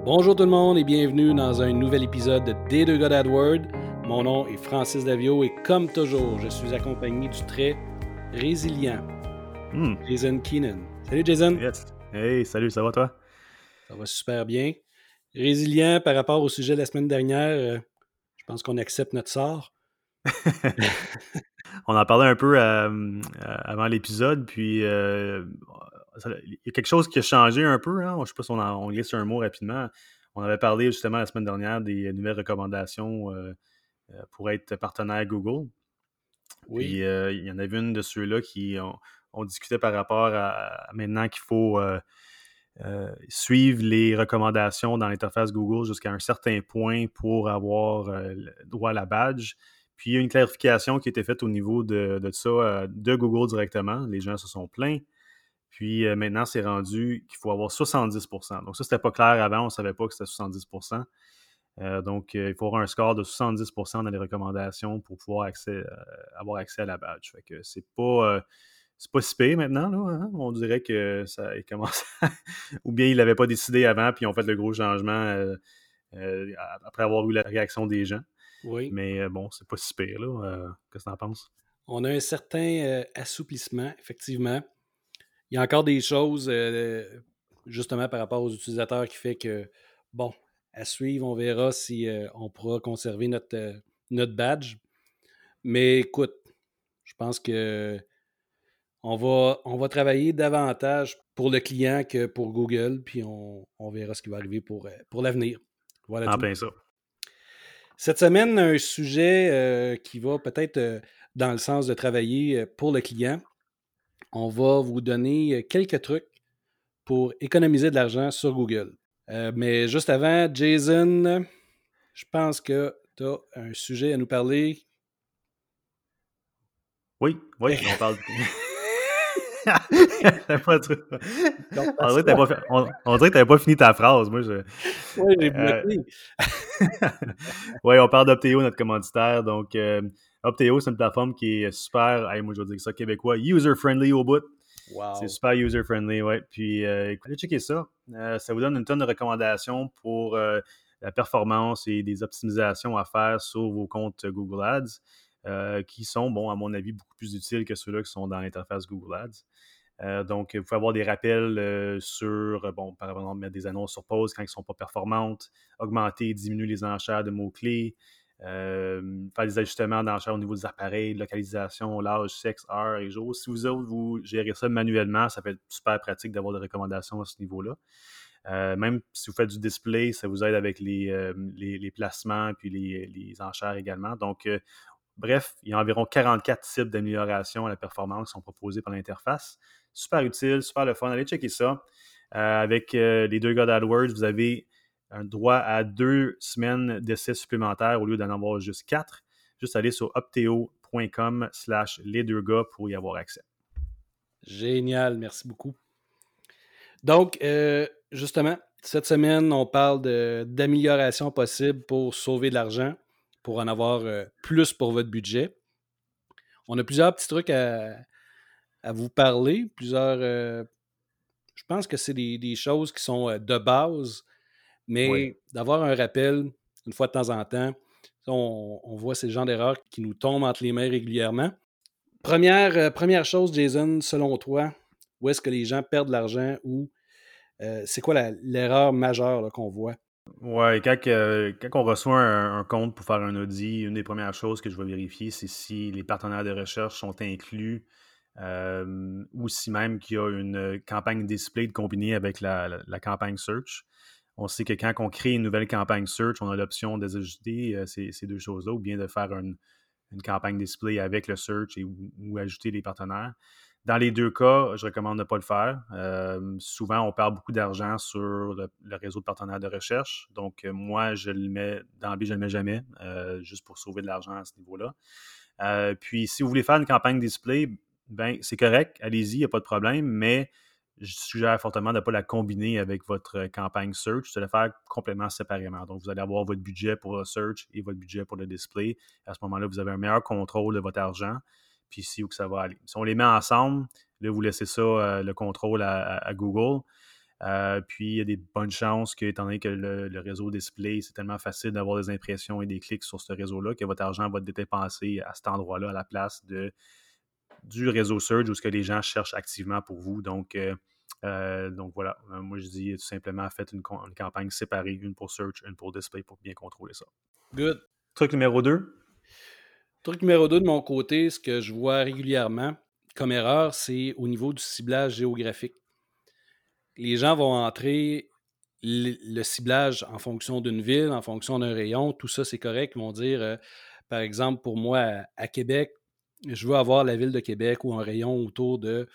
Bonjour tout le monde et bienvenue dans un nouvel épisode de Des deux gars d'AdWord. Mon nom est Francis Davio et comme toujours, je suis accompagné du très résilient Jason Keenan. Salut Jason! Yes. Hey, salut, ça va toi? Ça va super bien. Résilient par rapport au sujet de la semaine dernière, je pense qu'on accepte notre sort. On en parlait un peu avant l'épisode, puis il y a quelque chose qui a changé un peu. Hein? Je ne sais pas si on glisse un mot rapidement. On avait parlé justement la semaine dernière des nouvelles recommandations pour être partenaire Google. Oui. Puis il y en avait une de ceux-là on discutait par rapport à maintenant qu'il faut suivre les recommandations dans l'interface Google jusqu'à un certain point pour avoir le droit à la badge. Puis il y a une clarification qui a été faite au niveau de ça de Google directement. Les gens se sont plaints. Puis maintenant, c'est rendu qu'il faut avoir 70%. Donc ça, c'était pas clair avant. On ne savait pas que c'était 70%. Donc, il faut avoir un score de 70% dans les recommandations pour pouvoir avoir accès à la badge. Fait que c'est pas si pire maintenant, là, hein? On dirait que ça il commence ou bien ils l'avaient pas décidé avant, puis ils ont fait le gros changement après avoir eu la réaction des gens. Oui. Mais bon, c'est pas si pire, là. Qu'est-ce que t'en penses? On a un certain assouplissement, effectivement. Il y a encore des choses, justement par rapport aux utilisateurs, qui fait que, bon, à suivre, on verra si on pourra conserver notre badge. Mais écoute, je pense que on va travailler davantage pour le client que pour Google, puis on verra ce qui va arriver pour l'avenir. Voilà En tout. plein ça. Cette semaine, un sujet qui va peut-être dans le sens de travailler pour le client. On va vous donner quelques trucs pour économiser de l'argent sur Google. Mais juste avant, Jason, je pense que tu as un sujet à nous parler. Oui, on parle. Donc, On dirait que on dirait que t'avais pas fini ta phrase. Moi, oui, j'ai Euh, bloqué. Oui, on parle d'Opteo, notre commanditaire. Donc, Opteo, c'est une plateforme qui est super, moi je vais dire ça québécois, user-friendly au bout. C'est Wow. super user-friendly, ouais. Puis, écoutez, checker ça. Ça vous donne une tonne de recommandations pour la performance et des optimisations à faire sur vos comptes Google Ads, qui sont, bon, à mon avis, beaucoup plus utiles que ceux-là qui sont dans l'interface Google Ads. Donc, vous pouvez avoir des rappels sur, par exemple, mettre des annonces sur pause quand ils ne sont pas performantes, augmenter et diminuer les enchères de mots-clés, faire des ajustements d'enchères au niveau des appareils, localisation, l'âge, sexe, heure et jour. Si vous gérez ça manuellement, ça peut être super pratique d'avoir des recommandations à ce niveau-là. Même si vous faites du display, ça vous aide avec les placements puis les enchères également. Donc, bref, il y a environ 44 types d'améliorations à la performance qui sont proposés par l'interface. Super utile, super le fun. Allez checker ça. Avec les deux gars d'AdWords, vous avez un droit à 2 semaines d'essai supplémentaires au lieu d'en avoir juste 4. Juste aller sur opteo.com/les2gars pour y avoir accès. Génial, merci beaucoup. Donc, justement, cette semaine, on parle d'amélioration possible pour sauver de l'argent, pour en avoir plus pour votre budget. On a plusieurs petits trucs à vous parler, je pense que c'est des choses qui sont de base, Oui. mais d'avoir un rappel une fois de temps en temps, on voit ces genres d'erreurs qui nous tombent entre les mains régulièrement. Première chose, Jason, selon toi, où est-ce que les gens perdent de l'argent ou c'est quoi l'erreur majeure là, qu'on voit? Ouais, quand on reçoit un compte pour faire un audit, une des premières choses que je vais vérifier, c'est si les partenaires de recherche sont inclus ou si même qu'il y a une campagne display combinée avec la campagne search. On sait que quand on crée une nouvelle campagne search, on a l'option d'ajouter ces deux choses-là ou bien de faire une campagne display avec le search ou ajouter les partenaires. Dans les deux cas, je recommande de ne pas le faire. Souvent, on perd beaucoup d'argent sur le réseau de partenaires de recherche. Donc, moi, je le mets d'emblée, je ne le mets jamais, juste pour sauver de l'argent à ce niveau-là. Puis, si vous voulez faire une campagne display, ben c'est correct, allez-y, il n'y a pas de problème, mais je suggère fortement de ne pas la combiner avec votre campagne search, de la faire complètement séparément. Donc, vous allez avoir votre budget pour le search et votre budget pour le display. À ce moment-là, vous avez un meilleur contrôle de votre argent, puis où que ça va aller. Si on les met ensemble, là, vous laissez ça, le contrôle à Google. Puis, il y a des bonnes chances que, étant donné que le réseau display, c'est tellement facile d'avoir des impressions et des clics sur ce réseau-là, que votre argent va être dépensé à cet endroit-là à la place du réseau search où ce que les gens cherchent activement pour vous. Donc voilà, moi je dis tout simplement faites une campagne séparée, une pour search, une pour display pour bien contrôler ça. Good. Truc numéro 2. Truc numéro 2 de mon côté, ce que je vois régulièrement comme erreur, c'est au niveau du ciblage géographique. Les gens vont entrer le ciblage en fonction d'une ville, en fonction d'un rayon, tout ça c'est correct. Ils vont dire, par exemple, pour moi à Québec, je veux avoir la ville de Québec ou un rayon autour de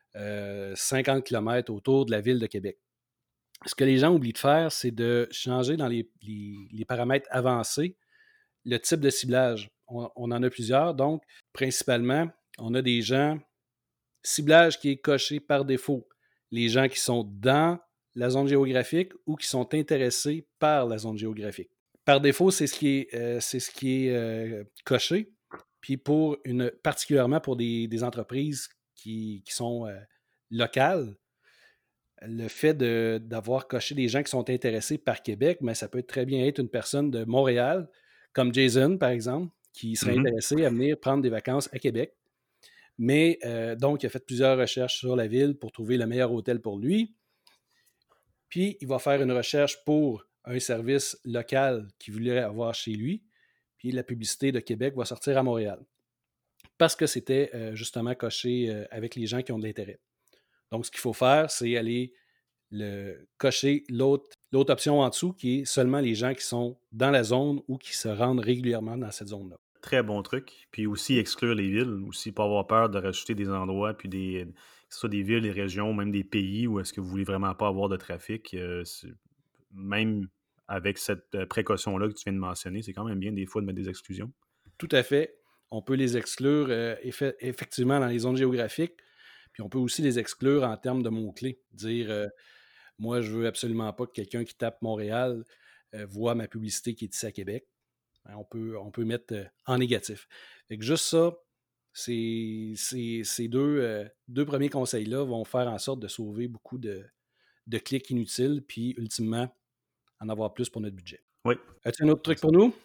50 km autour de la ville de Québec. Ce que les gens oublient de faire, c'est de changer dans les paramètres avancés le type de ciblage. On en a plusieurs, donc principalement, on a des gens, ciblage qui est coché par défaut. Les gens qui sont dans la zone géographique ou qui sont intéressés par la zone géographique. Par défaut, c'est ce qui est coché. Puis particulièrement pour des entreprises qui sont locales, le fait d'avoir coché des gens qui sont intéressés par Québec, mais ça peut très bien être une personne de Montréal, comme Jason, par exemple, qui serait intéressé à venir prendre des vacances à Québec. Mais donc, il a fait plusieurs recherches sur la ville pour trouver le meilleur hôtel pour lui. Puis, il va faire une recherche pour un service local qu'il voulait avoir chez lui. Puis, la publicité de Québec va sortir à Montréal. Parce que c'était justement coché avec les gens qui ont de l'intérêt. Donc, ce qu'il faut faire, c'est aller cocher l'autre option en dessous qui est seulement les gens qui sont dans la zone ou qui se rendent régulièrement dans cette zone-là. Très bon truc. Puis aussi exclure les villes, aussi pas avoir peur de rajouter des endroits, puis que ce soit des villes, des régions, même des pays où est-ce que vous voulez vraiment pas avoir de trafic. Même avec cette précaution-là que tu viens de mentionner, c'est quand même bien des fois de mettre des exclusions. Tout à fait. On peut les exclure effectivement dans les zones géographiques, puis on peut aussi les exclure en termes de mots-clés. Dire, moi, je veux absolument pas que quelqu'un qui tape Montréal voit ma publicité qui est ici à Québec. On peut mettre en négatif. Fait que juste ça, ces deux premiers conseils-là vont faire en sorte de sauver beaucoup de clics inutiles, puis ultimement, en avoir plus pour notre budget. Oui. As-tu un autre truc pour nous?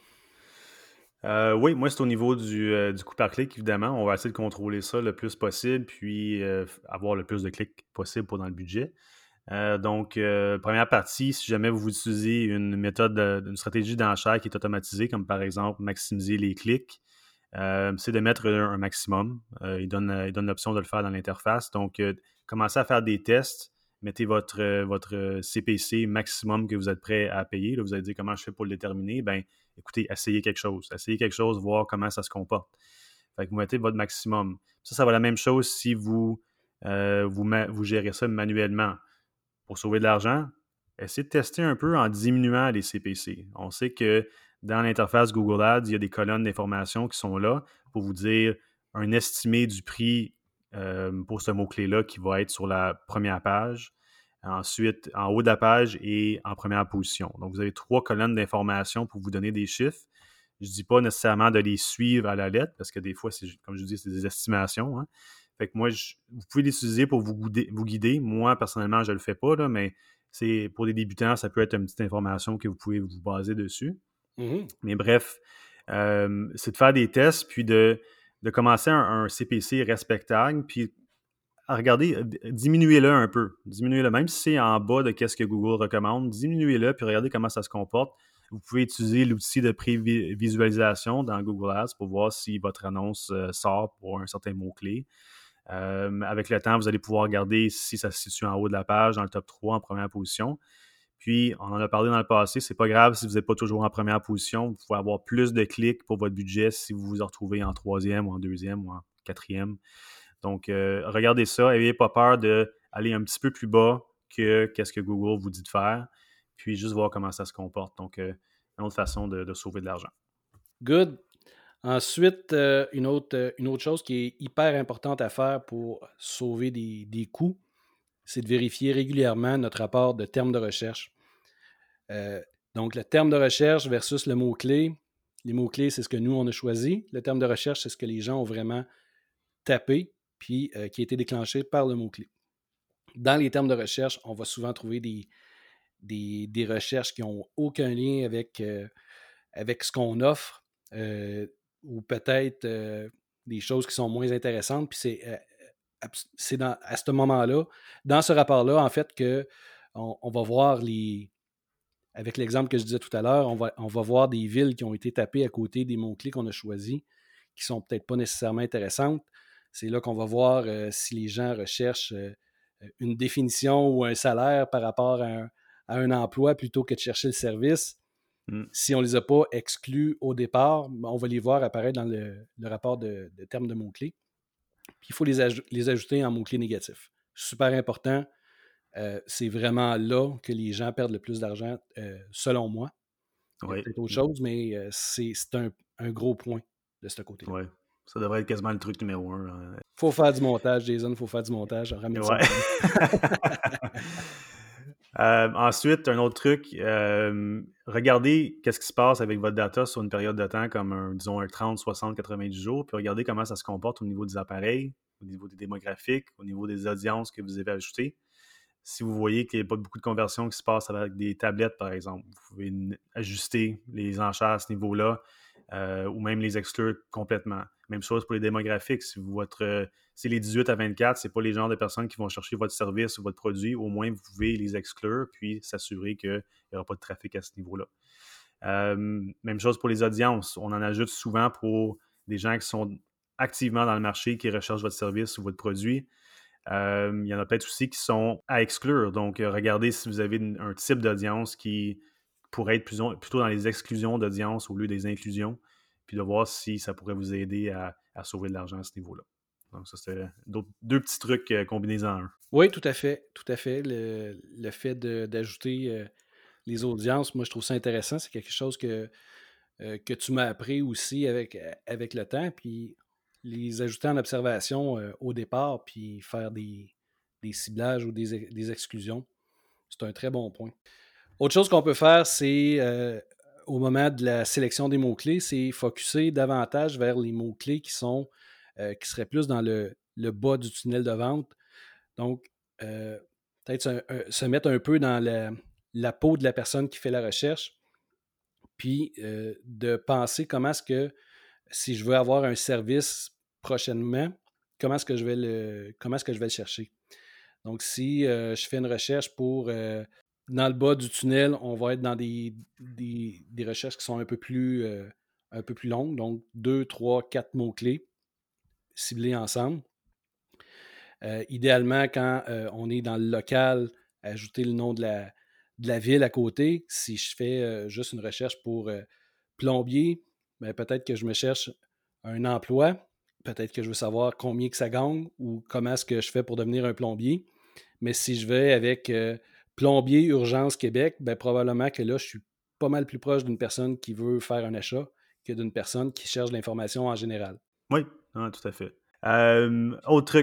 Oui, moi, c'est au niveau du coût par clic, évidemment. On va essayer de contrôler ça le plus possible, puis avoir le plus de clics possible pour dans le budget. Première partie, si jamais vous utilisez une méthode, une stratégie d'enchère qui est automatisée, comme par exemple maximiser les clics, c'est de mettre un maximum. Il donne l'option de le faire dans l'interface. Donc, commencez à faire des tests. Mettez votre CPC maximum que vous êtes prêt à payer. Là, vous allez dire comment je fais pour le déterminer. Ben, écoutez, essayez quelque chose. Essayez quelque chose, voir comment ça se comporte. Fait que vous mettez votre maximum. Ça va la même chose si vous gérez ça manuellement. Pour sauver de l'argent, essayez de tester un peu en diminuant les CPC. On sait que dans l'interface Google Ads, il y a des colonnes d'informations qui sont là pour vous dire un estimé du prix pour ce mot-clé-là qui va être sur la première page. Ensuite, en haut de la page et en première position. Donc, vous avez 3 colonnes d'informations pour vous donner des chiffres. Je ne dis pas nécessairement de les suivre à la lettre parce que des fois, comme je dis, c'est des estimations. Hein. Fait que moi, vous pouvez l'utiliser pour vous guider. Moi, personnellement, je ne le fais pas, là, mais c'est pour des débutants, ça peut être une petite information que vous pouvez vous baser dessus. Mm-hmm. Mais bref, c'est de faire des tests, puis de commencer un CPC respectable, puis regardez, diminuez-le un peu. Diminuez-le, même si c'est en bas de ce que Google recommande, diminuez-le, puis regardez comment ça se comporte. Vous pouvez utiliser l'outil de prévisualisation dans Google Ads pour voir si votre annonce sort pour un certain mot-clé. Avec le temps, vous allez pouvoir regarder si ça se situe en haut de la page, dans le top 3, en première position. Puis, on en a parlé dans le passé, c'est pas grave si vous n'êtes pas toujours en première position. Vous pouvez avoir plus de clics pour votre budget si vous vous retrouvez en troisième ou en deuxième ou en quatrième. Donc, regardez ça. N'ayez pas peur d'aller un petit peu plus bas que ce que Google vous dit de faire. Puis, juste voir comment ça se comporte. Donc, une autre façon de sauver de l'argent. Good. Ensuite, une autre chose qui est hyper importante à faire pour sauver des coûts, c'est de vérifier régulièrement notre rapport de termes de recherche. Donc, le terme de recherche versus le mot-clé. Les mots-clés, c'est ce que nous, on a choisi. Le terme de recherche, c'est ce que les gens ont vraiment tapé, puis qui a été déclenché par le mot-clé. Dans les termes de recherche, on va souvent trouver des recherches qui n'ont aucun lien avec ce qu'on offre, ou peut-être des choses qui sont moins intéressantes. Puis c'est à ce moment-là, dans ce rapport-là, en fait, on va voir avec l'exemple que je disais tout à l'heure, on va voir des villes qui ont été tapées à côté des mots-clés qu'on a choisis, qui sont peut-être pas nécessairement intéressantes. C'est là qu'on va voir si les gens recherchent une définition ou un salaire par rapport à un emploi plutôt que de chercher le service. Mm. Si on ne les a pas exclus au départ, on va les voir apparaître dans le rapport de termes de mots-clés. Puis il faut les ajouter en mots-clés négatifs. Super important. C'est vraiment là que les gens perdent le plus d'argent, selon moi. Il y a Oui. peut-être autre chose, mais c'est un gros point de ce côté-là. Ouais. Ça devrait être quasiment le truc numéro un. Faut faire du montage, Jason, faut faire du montage. Ramène ça au Ouais. bureau. Ensuite, un autre truc, regardez qu'est-ce qui se passe avec votre data sur une période de temps comme, disons, un 30, 60, 90 jours, puis regardez comment ça se comporte au niveau des appareils, au niveau des démographiques, au niveau des audiences que vous avez ajoutées. Si vous voyez qu'il n'y a pas beaucoup de conversions qui se passent avec des tablettes, par exemple, vous pouvez ajuster les enchères à ce niveau-là, ou même les exclure complètement. Même chose pour les démographiques. Si c'est les 18 à 24, ce n'est pas les genres de personnes qui vont chercher votre service ou votre produit, au moins vous pouvez les exclure puis s'assurer qu'il n'y aura pas de trafic à ce niveau-là. Même chose pour les audiences. On en ajoute souvent pour des gens qui sont activement dans le marché, qui recherchent votre service ou votre produit. Il y en a peut-être aussi qui sont à exclure. Donc, regardez si vous avez un type d'audience qui pourrait être plutôt dans les exclusions d'audience au lieu des inclusions, puis de voir si ça pourrait vous aider à sauver de l'argent à ce niveau-là. Donc, ça, c'est deux petits trucs combinés en un. Oui, tout à fait. Tout à fait. Le fait d'ajouter les audiences, moi, je trouve ça intéressant. C'est quelque chose que tu m'as appris aussi avec le temps. Puis les ajouter en observation au départ, puis faire des ciblages ou des exclusions, c'est un très bon point. Autre chose qu'on peut faire, c'est au moment de la sélection des mots-clés, c'est focusser davantage vers les mots-clés qui seraient plus dans le bas du tunnel de vente. Donc, peut-être se mettre un peu dans la peau de la personne qui fait la recherche, puis de penser comment est-ce que, si je veux avoir un service prochainement, comment est-ce que je vais le chercher. Donc, si je fais une recherche dans le bas du tunnel, on va être dans des recherches qui sont un peu plus longues, donc 2, 3, 4 mots-clés ciblés ensemble. Idéalement, quand on est dans le local, ajouter le nom de la ville à côté. Si je fais juste une recherche pour plombier, ben, peut-être que je me cherche un emploi. Peut-être que je veux savoir combien que ça gagne ou comment est-ce que je fais pour devenir un plombier. Mais si je vais avec plombier Urgence Québec, ben, probablement que là, je suis pas mal plus proche d'une personne qui veut faire un achat que d'une personne qui cherche l'information en général. Oui, tout à fait. Autre truc,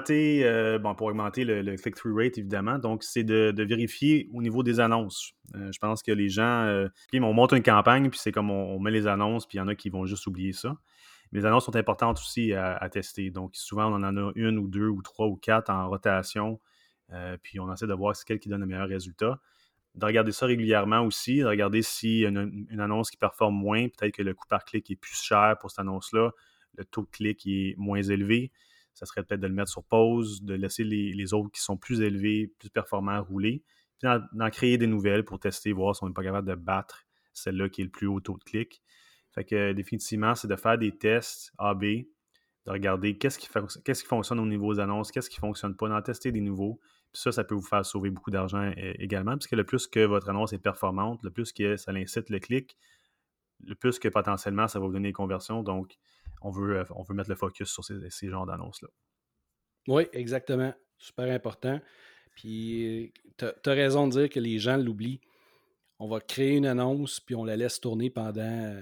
pour augmenter le click-through rate, évidemment, donc c'est de vérifier au niveau des annonces. Je pense que les gens, on monte une campagne, puis c'est comme on met les annonces, puis il y en a qui vont juste oublier ça. Mais les annonces sont importantes aussi à tester. Donc, souvent, on en a une ou deux ou trois ou quatre en rotation, puis on essaie de voir c'est quel qui donne le meilleur résultat. De regarder ça régulièrement aussi, de regarder s'il y a une annonce qui performe moins, peut-être que le coût par clic est plus cher pour cette annonce-là, le taux de clic est moins élevé. Ça serait peut-être de le mettre sur pause, de laisser les autres qui sont plus élevés, plus performants rouler, puis d'en créer des nouvelles pour tester, voir si on n'est pas capable de battre celle-là qui est le plus haut taux de clic. Fait que définitivement, c'est de faire des tests A/B, de regarder qu'est-ce qui fonctionne au niveau des annonces, qu'est-ce qui ne fonctionne pas, d'en tester des nouveaux. Puis ça peut vous faire sauver beaucoup d'argent également, puisque le plus que votre annonce est performante, le plus que ça incite le clic, le plus que potentiellement ça va vous donner des conversions. Donc, on veut mettre le focus sur ces genres d'annonces-là. Oui, exactement. Super important. Puis, tu as raison de dire que les gens l'oublient. On va créer une annonce, puis on la laisse tourner pendant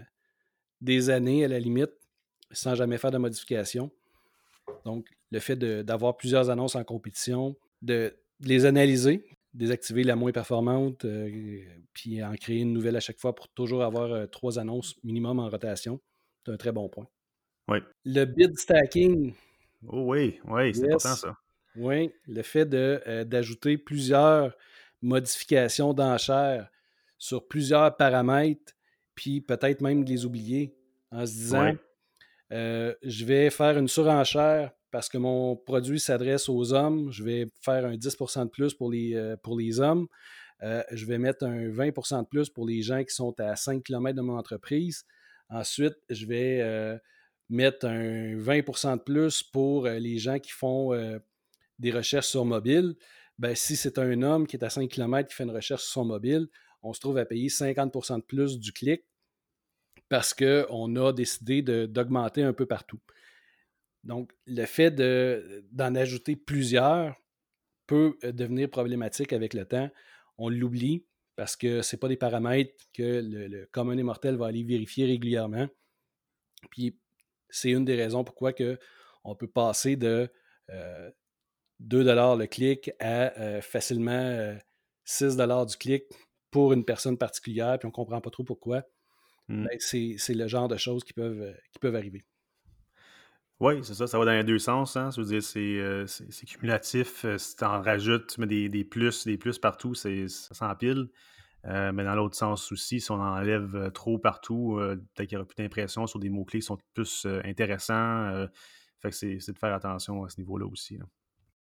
des années à la limite, sans jamais faire de modification. Donc, le fait d'avoir plusieurs annonces en compétition, de les analyser, désactiver la moins performante, puis en créer une nouvelle à chaque fois pour toujours avoir 3 annonces minimum en rotation, c'est un très bon point. Oui. Le bid stacking, Oh oui, oui, c'est important yes, ça. Oui, le fait d'ajouter plusieurs modifications d'enchères sur plusieurs paramètres, puis peut-être même de les oublier en se disant, Oui, je vais faire une surenchère parce que mon produit s'adresse aux hommes, je vais faire un 10% de plus pour les hommes. Je vais mettre un 20% de plus pour les gens qui sont à 5 km de mon entreprise. Ensuite, je vais mettre un 20% de plus pour les gens qui font des recherches sur mobile. Ben, si c'est un homme qui est à 5 km qui fait une recherche sur son mobile, on se trouve à payer 50% de plus du clic parce qu'on a décidé d'augmenter un peu partout. Donc, le fait d'en ajouter plusieurs peut devenir problématique avec le temps. On l'oublie parce que ce n'est pas des paramètres que le commun des mortels va aller vérifier régulièrement. Puis, c'est une des raisons pourquoi on peut passer de 2 le clic à facilement 6 du clic pour une personne particulière, puis on ne comprend pas trop pourquoi. mm. Ben, c'est le genre de choses qui peuvent arriver. Oui, c'est ça va dans les deux sens. Hein. Je veux dire, c'est cumulatif. Si tu en rajoutes, tu mets des plus partout, ça s'empile. Mais dans l'autre sens aussi, si on enlève trop partout, peut-être qu'il n'y aura plus d'impression sur des mots-clés qui sont plus intéressants. Fait que c'est de faire attention à ce niveau-là aussi. Là.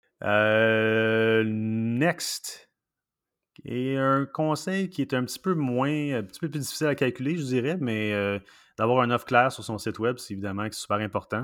Next. Et un conseil qui est un petit peu plus difficile à calculer, je dirais, mais d'avoir une offre claire sur son site web, c'est évidemment que c'est super important.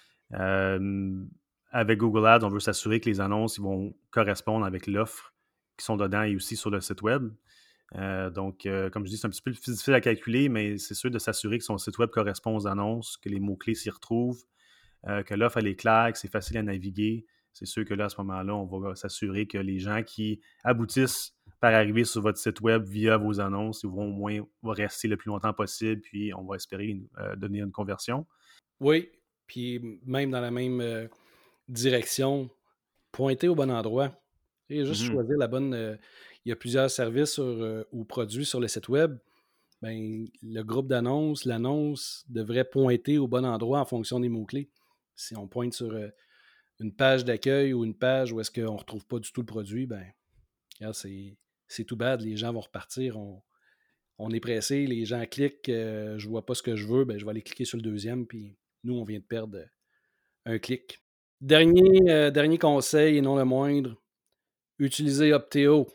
Avec Google Ads, on veut s'assurer que les annonces vont correspondre avec l'offre qui sont dedans et aussi sur le site web. Donc, comme je dis, c'est un petit peu plus difficile à calculer, mais c'est sûr de s'assurer que son site web correspond aux annonces, que les mots-clés s'y retrouvent, que l'offre elle est claire, que c'est facile à naviguer. C'est sûr que là, à ce moment-là, on va s'assurer que les gens qui aboutissent par arriver sur votre site web via vos annonces, ils vont au moins rester le plus longtemps possible, puis on va espérer donner une conversion. Oui, puis même dans la même direction, pointer au bon endroit. Et juste Mhm. choisir la bonne. Il y a plusieurs services ou produits sur le site web. Ben, le groupe d'annonces, l'annonce devrait pointer au bon endroit en fonction des mots-clés. Si on pointe sur une page d'accueil ou une page où est-ce qu'on ne retrouve pas du tout le produit, ben, regarde, c'est tout bad. Les gens vont repartir. On est pressé, les gens cliquent, je ne vois pas ce que je veux, ben, je vais aller cliquer sur le deuxième, puis nous, on vient de perdre un clic. Dernier conseil et non le moindre, utilisez Opteo.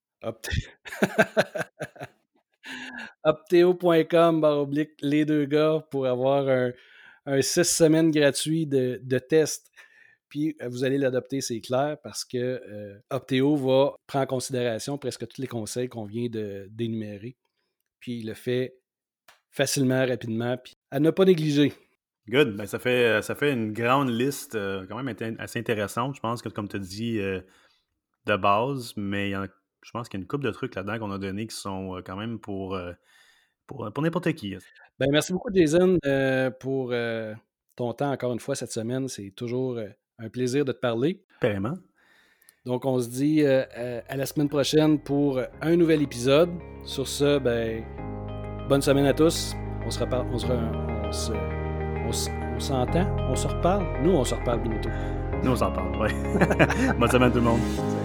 Opteo.com/, les deux gars, pour avoir un 6 semaines gratuit de test. Puis vous allez l'adopter, c'est clair, parce que Opteo va prendre en considération presque tous les conseils qu'on vient d'énumérer. Puis il le fait facilement, rapidement, puis à ne pas négliger. Good. Ben, ça fait une grande liste quand même assez intéressante. Je pense que, comme tu as dit, de base, mais je pense qu'il y a une couple de trucs là-dedans qu'on a donnés qui sont quand même pour n'importe qui. Ben, merci beaucoup, Jason, pour ton temps encore une fois cette semaine. C'est toujours un plaisir de te parler. Apparemment. Donc, on se dit à la semaine prochaine pour un nouvel épisode. Sur ce, ben, bonne semaine à tous. On se reparle, on s'entend, on se reparle. Nous, on se reparle bientôt. Nous, on s'en parle. Ouais. Bonne semaine, tout le monde.